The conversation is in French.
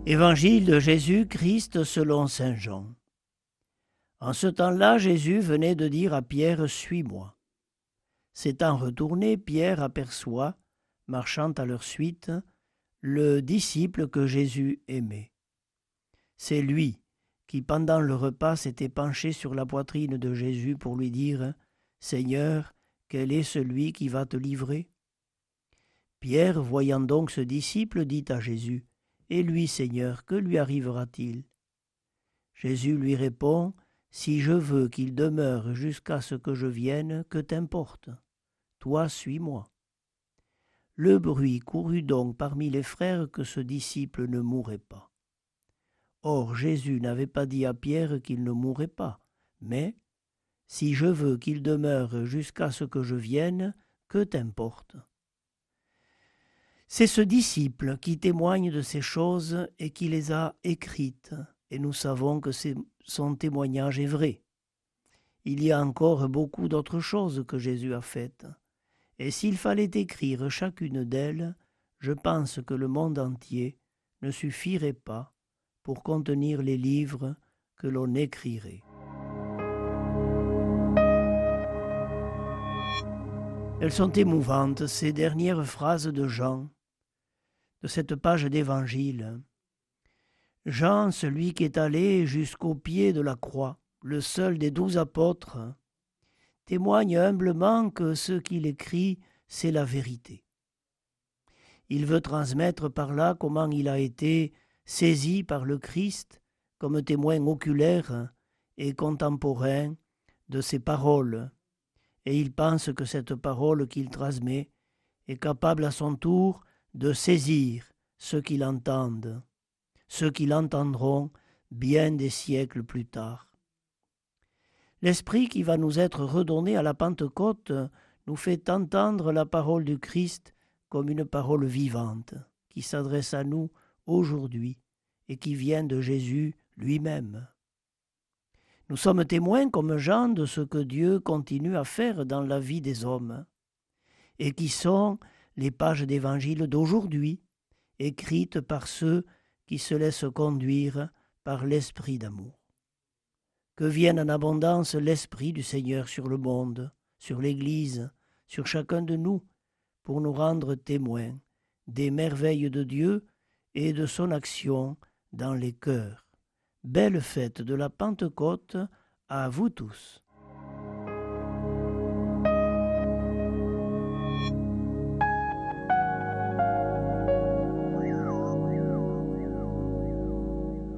Évangile de Jésus-Christ selon saint Jean. En ce temps-là, Jésus venait de dire à Pierre « Suis-moi ». S'étant retourné, Pierre aperçoit, marchant à leur suite, le disciple que Jésus aimait. C'est lui qui, pendant le repas, s'était penché sur la poitrine de Jésus pour lui dire « Seigneur, quel est celui qui va te livrer ?» Pierre, voyant donc ce disciple, dit à Jésus « Et lui, Seigneur, que lui arrivera-t-il » Jésus lui répond « Si je veux qu'il demeure jusqu'à ce que je vienne, que t'importe? Toi, suis-moi. » Le bruit courut donc parmi les frères que ce disciple ne mourrait pas. Or Jésus n'avait pas dit à Pierre qu'il ne mourrait pas, mais « Si je veux qu'il demeure jusqu'à ce que je vienne, que t'importe ?» C'est ce disciple qui témoigne de ces choses et qui les a écrites, et nous savons que son témoignage est vrai. Il y a encore beaucoup d'autres choses que Jésus a faites, et s'il fallait écrire chacune d'elles, je pense que le monde entier ne suffirait pas pour contenir les livres que l'on écrirait. Elles sont émouvantes, ces dernières phrases de Jean, de cette page d'évangile. Jean, celui qui est allé jusqu'au pied de la croix, le seul des 12 apôtres, témoigne humblement que ce qu'il écrit, c'est la vérité. Il veut transmettre par là comment il a été saisi par le Christ comme témoin oculaire et contemporain de ses paroles, et il pense que cette parole qu'il transmet est capable à son tour de saisir ceux qui l'entendent, ceux qui l'entendront bien des siècles plus tard. L'Esprit qui va nous être redonné à la Pentecôte nous fait entendre la parole du Christ comme une parole vivante, qui s'adresse à nous aujourd'hui et qui vient de Jésus lui-même. Nous sommes témoins comme Jean de ce que Dieu continue à faire dans la vie des hommes, et qui sont les pages d'évangile d'aujourd'hui, écrites par ceux qui se laissent conduire par l'Esprit d'amour. Que vienne en abondance l'Esprit du Seigneur sur le monde, sur l'Église, sur chacun de nous, pour nous rendre témoins des merveilles de Dieu et de son action dans les cœurs. Belle fête de la Pentecôte à vous tous.